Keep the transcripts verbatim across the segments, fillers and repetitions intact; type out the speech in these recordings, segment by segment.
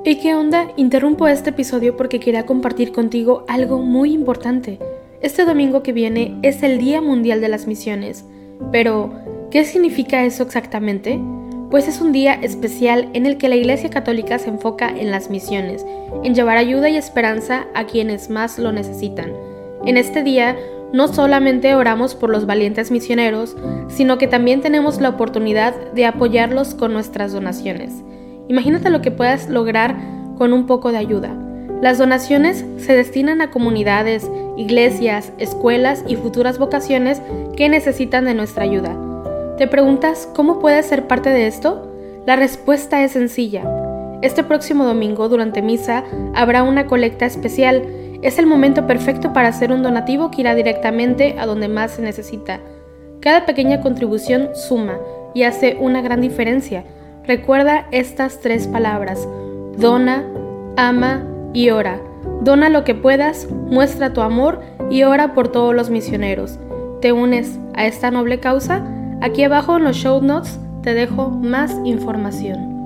¿Y qué onda? Interrumpo este episodio porque quería compartir contigo algo muy importante. Este domingo que viene es el Día Mundial de las Misiones. Pero, ¿qué significa eso exactamente? Pues es un día especial en el que la Iglesia Católica se enfoca en las misiones, en llevar ayuda y esperanza a quienes más lo necesitan. En este día, no solamente oramos por los valientes misioneros, sino que también tenemos la oportunidad de apoyarlos con nuestras donaciones. Imagínate lo que puedas lograr con un poco de ayuda. Las donaciones se destinan a comunidades, iglesias, escuelas y futuras vocaciones que necesitan de nuestra ayuda. ¿Te preguntas cómo puedes ser parte de esto? La respuesta es sencilla. Este próximo domingo, durante misa, habrá una colecta especial. Es el momento perfecto para hacer un donativo que irá directamente a donde más se necesita. Cada pequeña contribución suma y hace una gran diferencia. Recuerda estas tres palabras: dona, ama y ora. Dona lo que puedas, muestra tu amor y ora por todos los misioneros. ¿Te unes a esta noble causa? Aquí abajo en los show notes te dejo más información.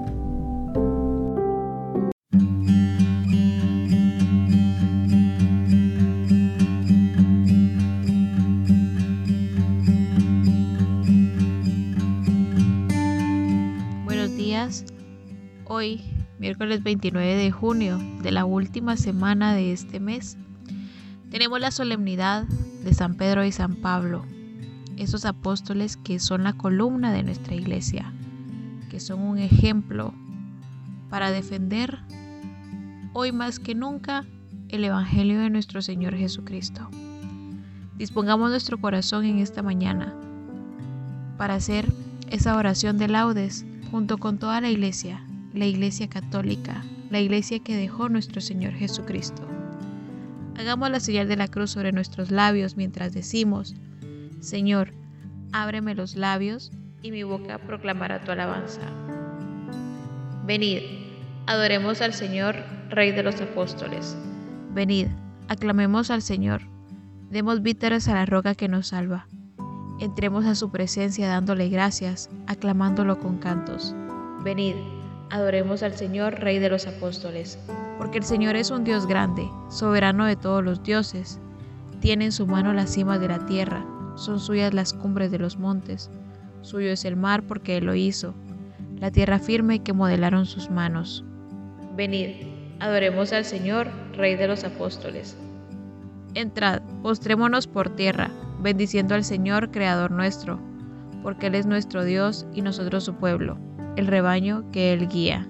Buenos días. Hoy, miércoles veintinueve de junio de la última semana de este mes, tenemos la solemnidad de San Pedro y San Pablo, esos apóstoles que son la columna de nuestra iglesia, que son un ejemplo para defender hoy más que nunca el Evangelio de nuestro Señor Jesucristo. Dispongamos nuestro corazón en esta mañana para hacer esa oración de laudes junto con toda la iglesia, la iglesia católica, la iglesia que dejó nuestro Señor Jesucristo. Hagamos la señal de la cruz sobre nuestros labios mientras decimos: Señor, ábreme los labios y mi boca proclamará tu alabanza. Venid, adoremos al Señor, Rey de los apóstoles. Venid, aclamemos al Señor, demos vítores a la roca que nos salva. Entremos a su presencia dándole gracias, aclamándolo con cantos. Venid, adoremos al Señor, Rey de los apóstoles, porque el Señor es un Dios grande, soberano de todos los dioses. Tiene en su mano las cimas de la tierra, son suyas las cumbres de los montes. Suyo es el mar porque Él lo hizo, la tierra firme que modelaron sus manos. Venid, adoremos al Señor, Rey de los apóstoles. Entrad, postrémonos por tierra, bendiciendo al Señor, Creador nuestro, porque Él es nuestro Dios y nosotros su pueblo, el rebaño que Él guía.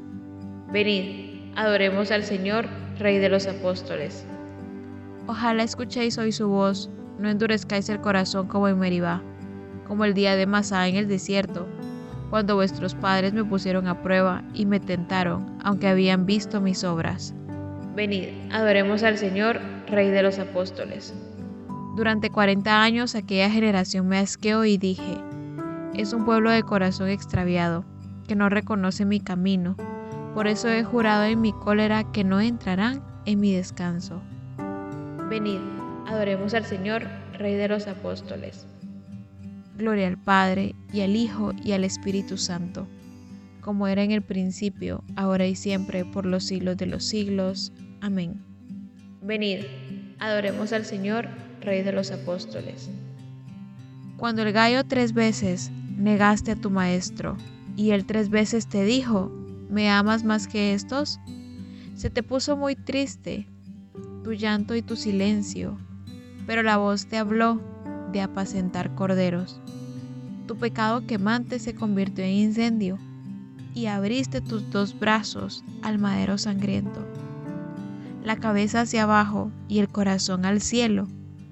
Venid, adoremos al Señor, Rey de los apóstoles. Ojalá escuchéis hoy su voz, no endurezcáis el corazón como en Meribá, como el día de Masá en el desierto, cuando vuestros padres me pusieron a prueba y me tentaron, aunque habían visto mis obras. Venid, adoremos al Señor, Rey de los apóstoles. Durante cuarenta años aquella generación me asqueó y dije: es un pueblo de corazón extraviado, que no reconoce mi camino. Por eso he jurado en mi cólera que no entrarán en mi descanso. Venid, adoremos al Señor, Rey de los apóstoles. Gloria al Padre, y al Hijo, y al Espíritu Santo, como era en el principio, ahora y siempre, por los siglos de los siglos. Amén. Venid, adoremos al Señor, Rey de los apóstoles. Cuando el gallo tres veces negaste a tu maestro, y él tres veces te dijo: ¿me amas más que estos? Se te puso muy triste tu llanto y tu silencio, pero la voz te habló de apacentar corderos. Tu pecado quemante se convirtió en incendio, y abriste tus dos brazos al madero sangriento, la cabeza hacia abajo y el corazón al cielo,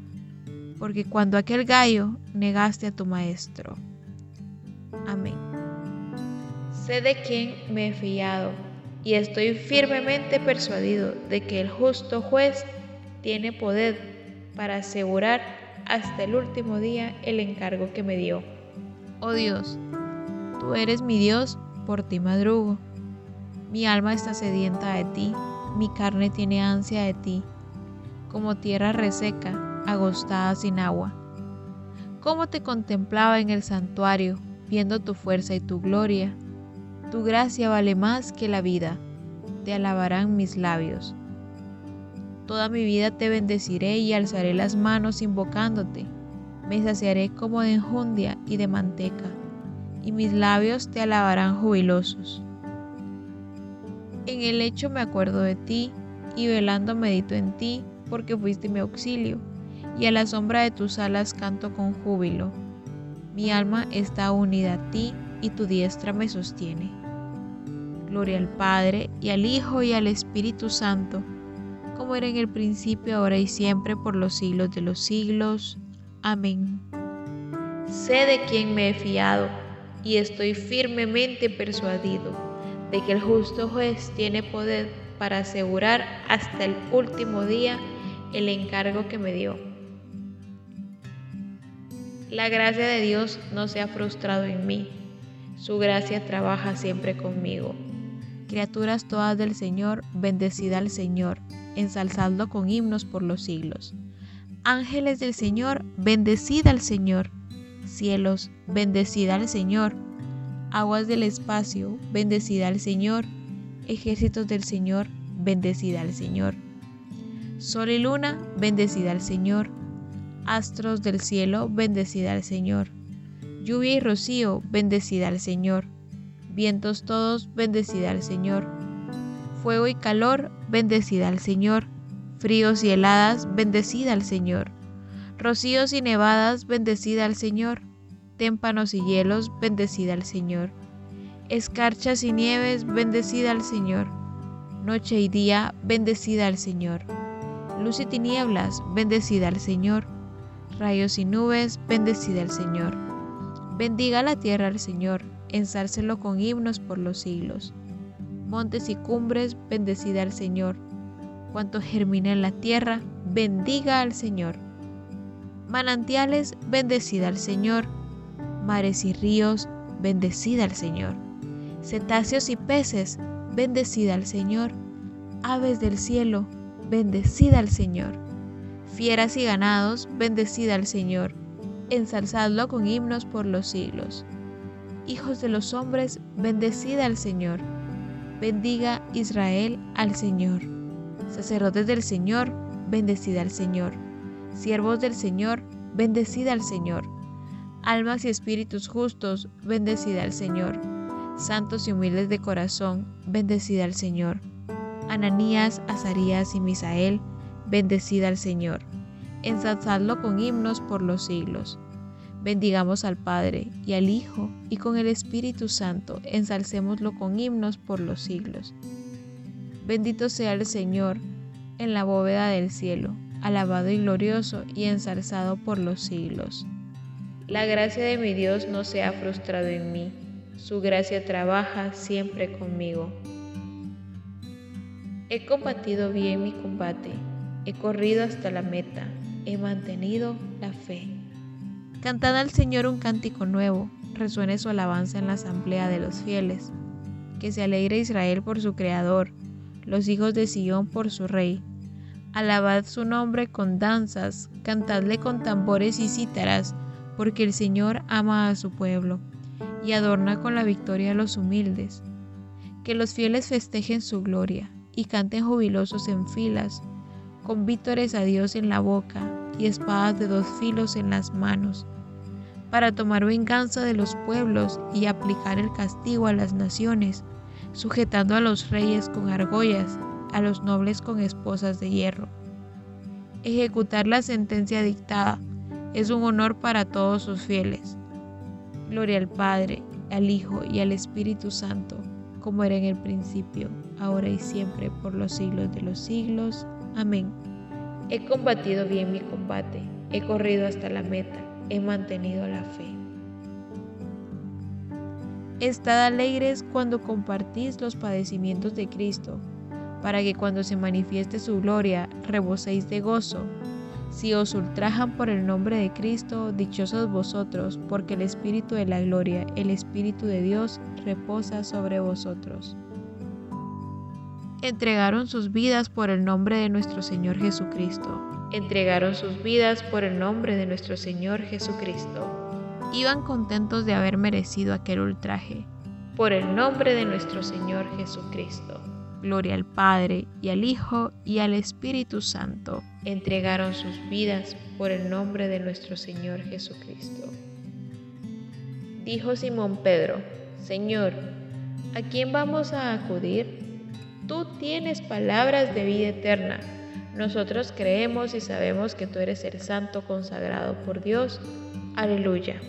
porque cuando aquel gallo negaste a tu maestro. Amén. Sé de quién me he fiado, y estoy firmemente persuadido de que el justo juez tiene poder para asegurar hasta el último día el encargo que me dio. Oh Dios, tú eres mi Dios, por ti madrugo. Mi alma está sedienta de ti, mi carne tiene ansia de ti, como tierra reseca, agostada sin agua. Cómo te contemplaba en el santuario, viendo tu fuerza y tu gloria. Tu gracia vale más que la vida. te alabarán mis labios. Toda mi vida te bendeciré y alzaré las manos invocándote. Me saciaré como de enjundia y de manteca, y mis labios te alabarán jubilosos. En el lecho me acuerdo de ti, y velando medito en ti, porque fuiste mi auxilio, y a la sombra de tus alas canto con júbilo. Mi alma está unida a ti, y tu diestra me sostiene. Gloria al Padre, y al Hijo, y al Espíritu Santo, como era en el principio, ahora y siempre, por los siglos de los siglos. Amén. Sé de quién me he fiado, y estoy firmemente persuadido de que el justo juez tiene poder para asegurar hasta el último día el encargo que me dio. La gracia de Dios no se ha frustrado en mí, su gracia trabaja siempre conmigo. Criaturas todas del Señor, bendecida al Señor, ensalzadlo con himnos por los siglos. Ángeles del Señor, bendecida al Señor. Cielos, bendecida al Señor. Aguas del espacio, bendecida al Señor. Ejércitos del Señor, bendecida al Señor. Sol y luna, bendecida al Señor. Astros del cielo, bendecida al Señor. Lluvia y rocío, bendecida al Señor. Vientos todos, bendecida al Señor. Fuego y calor, bendecida al Señor. Fríos y heladas, bendecida al Señor. Rocíos y nevadas, bendecida al Señor. Témpanos y hielos, bendecida al Señor. Escarchas y nieves, bendecida al Señor. Noche y día, bendecida al Señor. Luz y tinieblas, bendecida al Señor. Rayos y nubes, bendecida al Señor. Bendiga la tierra al Señor, ensálcelo con himnos por los siglos. Montes y cumbres, bendecida al Señor. Cuanto germina en la tierra, bendiga al Señor. Manantiales, bendecida al Señor. Mares y ríos, bendecida al Señor. Cetáceos y peces, bendecida al Señor. Aves del cielo, bendecida al Señor. Fieras y ganados, bendecida al Señor. Ensalzadlo con himnos por los siglos. Hijos de los hombres, bendecida al Señor. Bendiga Israel al Señor. Sacerdotes del Señor, bendecida al Señor. Siervos del Señor, bendecida al Señor. Almas y espíritus justos, bendecida al Señor. Santos y humildes de corazón, bendecida al Señor. Ananías, Azarías y Misael, bendecida al Señor. Ensalzadlo con himnos por los siglos. Bendigamos al Padre y al Hijo y con el Espíritu Santo, ensalcémoslo con himnos por los siglos. Bendito sea el Señor en la bóveda del cielo, alabado y glorioso y ensalzado por los siglos. La gracia de mi Dios no se ha frustrado en mí, su gracia trabaja siempre conmigo. He combatido bien mi combate, he corrido hasta la meta, he mantenido la fe. Cantad al Señor un cántico nuevo, resuene su alabanza en la asamblea de los fieles. Que se alegre Israel por su Creador, los hijos de Sión por su Rey. Alabad su nombre con danzas, cantadle con tambores y cítaras, porque el Señor ama a su pueblo, y adorna con la victoria a los humildes. Que los fieles festejen su gloria, y canten jubilosos en filas, con vítores a Dios en la boca, y espadas de dos filos en las manos, para tomar venganza de los pueblos y aplicar el castigo a las naciones, sujetando a los reyes con argollas, a los nobles con esposas de hierro. Ejecutar la sentencia dictada es un honor para todos sus fieles. Gloria al Padre, al Hijo y al Espíritu Santo, como era en el principio, ahora y siempre, por los siglos de los siglos. Amén. He combatido bien mi combate, he corrido hasta la meta, he mantenido la fe. Estad alegres cuando compartís los padecimientos de Cristo, para que cuando se manifieste su gloria, reboséis de gozo. Si os ultrajan por el nombre de Cristo, dichosos vosotros, porque el Espíritu de la gloria, el Espíritu de Dios, reposa sobre vosotros. Entregaron sus vidas por el nombre de nuestro Señor Jesucristo. Entregaron sus vidas por el nombre de nuestro Señor Jesucristo. Iban contentos de haber merecido aquel ultraje, por el nombre de nuestro Señor Jesucristo. Gloria al Padre, y al Hijo, y al Espíritu Santo. Entregaron sus vidas por el nombre de nuestro Señor Jesucristo. Dijo Simón Pedro: Señor, ¿a quién vamos a acudir? Tú tienes palabras de vida eterna. Nosotros creemos y sabemos que tú eres el Santo consagrado por Dios. Aleluya.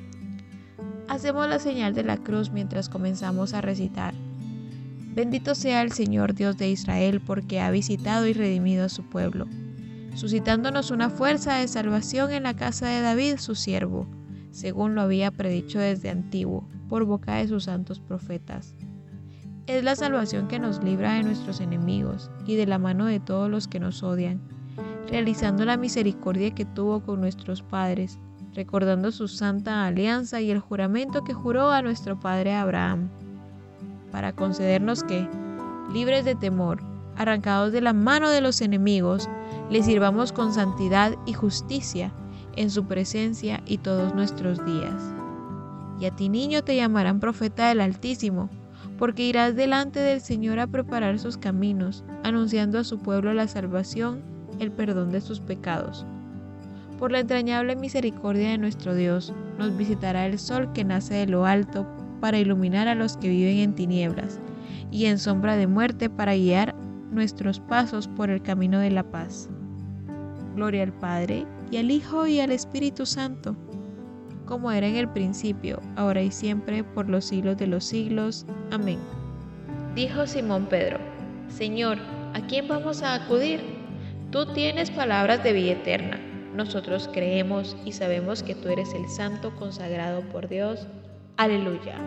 Hacemos la señal de la cruz mientras comenzamos a recitar. Bendito sea el Señor Dios de Israel, porque ha visitado y redimido a su pueblo, suscitándonos una fuerza de salvación en la casa de David, su siervo, según lo había predicho desde antiguo, por boca de sus santos profetas. Es la salvación que nos libra de nuestros enemigos y de la mano de todos los que nos odian, realizando la misericordia que tuvo con nuestros padres, recordando su santa alianza y el juramento que juró a nuestro padre Abraham, para concedernos que, libres de temor, arrancados de la mano de los enemigos, le sirvamos con santidad y justicia en su presencia y todos nuestros días. Y a ti, niño, te llamarán profeta del Altísimo, porque irás delante del Señor a preparar sus caminos, anunciando a su pueblo la salvación, el perdón de sus pecados. Por la entrañable misericordia de nuestro Dios, nos visitará el sol que nace de lo alto, para iluminar a los que viven en tinieblas, y en sombra de muerte para guiar nuestros pasos por el camino de la paz. Gloria al Padre, y al Hijo, y al Espíritu Santo, como era en el principio, ahora y siempre, por los siglos de los siglos. Amén. Dijo Simón Pedro: Señor, ¿a quién vamos a acudir? Tú tienes palabras de vida eterna. Nosotros creemos y sabemos que tú eres el Santo consagrado por Dios. Aleluya.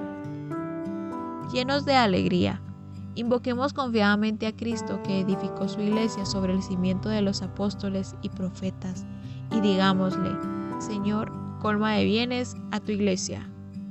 Llenos de alegría, invoquemos confiadamente a Cristo, que edificó su iglesia sobre el cimiento de los apóstoles y profetas, y digámosle: Señor, colma de bienes a tu iglesia.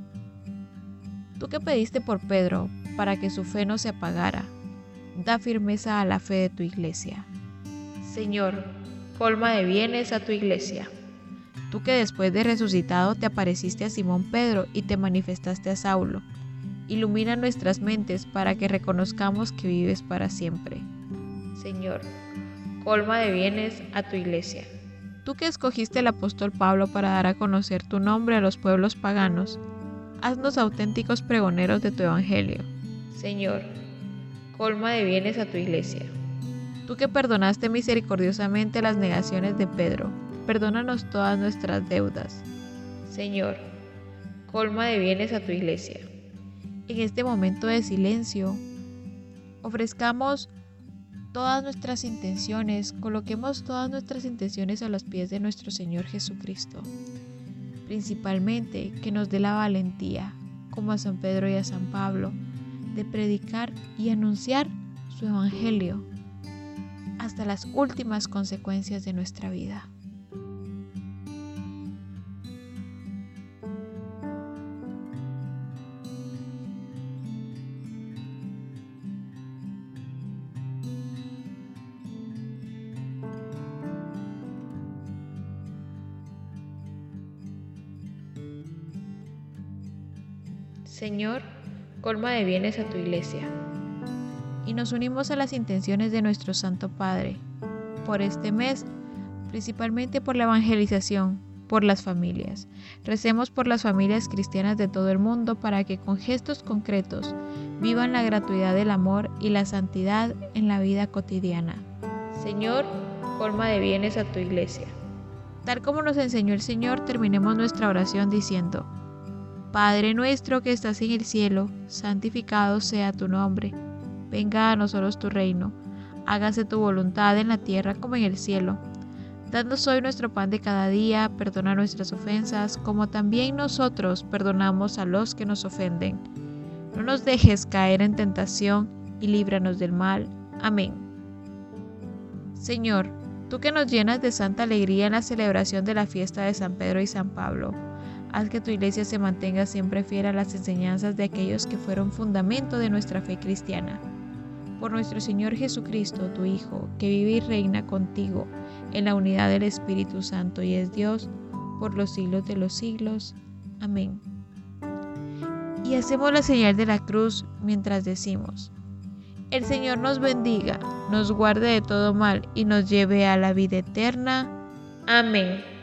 Tú que pediste por Pedro para que su fe no se apagara, da firmeza a la fe de tu iglesia. Señor, colma de bienes a tu iglesia. Tú que después de resucitado te apareciste a Simón Pedro y te manifestaste a Saulo, ilumina nuestras mentes para que reconozcamos que vives para siempre. Señor, colma de bienes a tu iglesia. Tú que escogiste al apóstol Pablo para dar a conocer tu nombre a los pueblos paganos, haznos auténticos pregoneros de tu evangelio. Señor, colma de bienes a tu iglesia. Tú que perdonaste misericordiosamente las negaciones de Pedro, perdónanos todas nuestras deudas. Señor, colma de bienes a tu iglesia. En este momento de silencio, ofrezcamos todas nuestras intenciones, coloquemos todas nuestras intenciones a los pies de nuestro Señor Jesucristo. Principalmente que nos dé la valentía, como a San Pedro y a San Pablo, de predicar y anunciar su evangelio hasta las últimas consecuencias de nuestra vida. Señor, colma de bienes a tu iglesia. Y nos unimos a las intenciones de nuestro Santo Padre, por este mes, principalmente por la evangelización, por las familias. Recemos por las familias cristianas de todo el mundo para que con gestos concretos vivan la gratuidad del amor y la santidad en la vida cotidiana. Señor, colma de bienes a tu iglesia. Tal como nos enseñó el Señor, terminemos nuestra oración diciendo: Padre nuestro que estás en el cielo, santificado sea tu nombre. Venga a nosotros tu reino. Hágase tu voluntad en la tierra como en el cielo. Danos hoy nuestro pan de cada día, perdona nuestras ofensas, como también nosotros perdonamos a los que nos ofenden. No nos dejes caer en tentación y líbranos del mal. Amén. Señor, tú que nos llenas de santa alegría en la celebración de la fiesta de San Pedro y San Pablo, haz que tu iglesia se mantenga siempre fiel a las enseñanzas de aquellos que fueron fundamento de nuestra fe cristiana. Por nuestro Señor Jesucristo, tu Hijo, que vive y reina contigo en la unidad del Espíritu Santo y es Dios por los siglos de los siglos. Amén. Y hacemos la señal de la cruz mientras decimos: El Señor nos bendiga, nos guarde de todo mal y nos lleve a la vida eterna. Amén.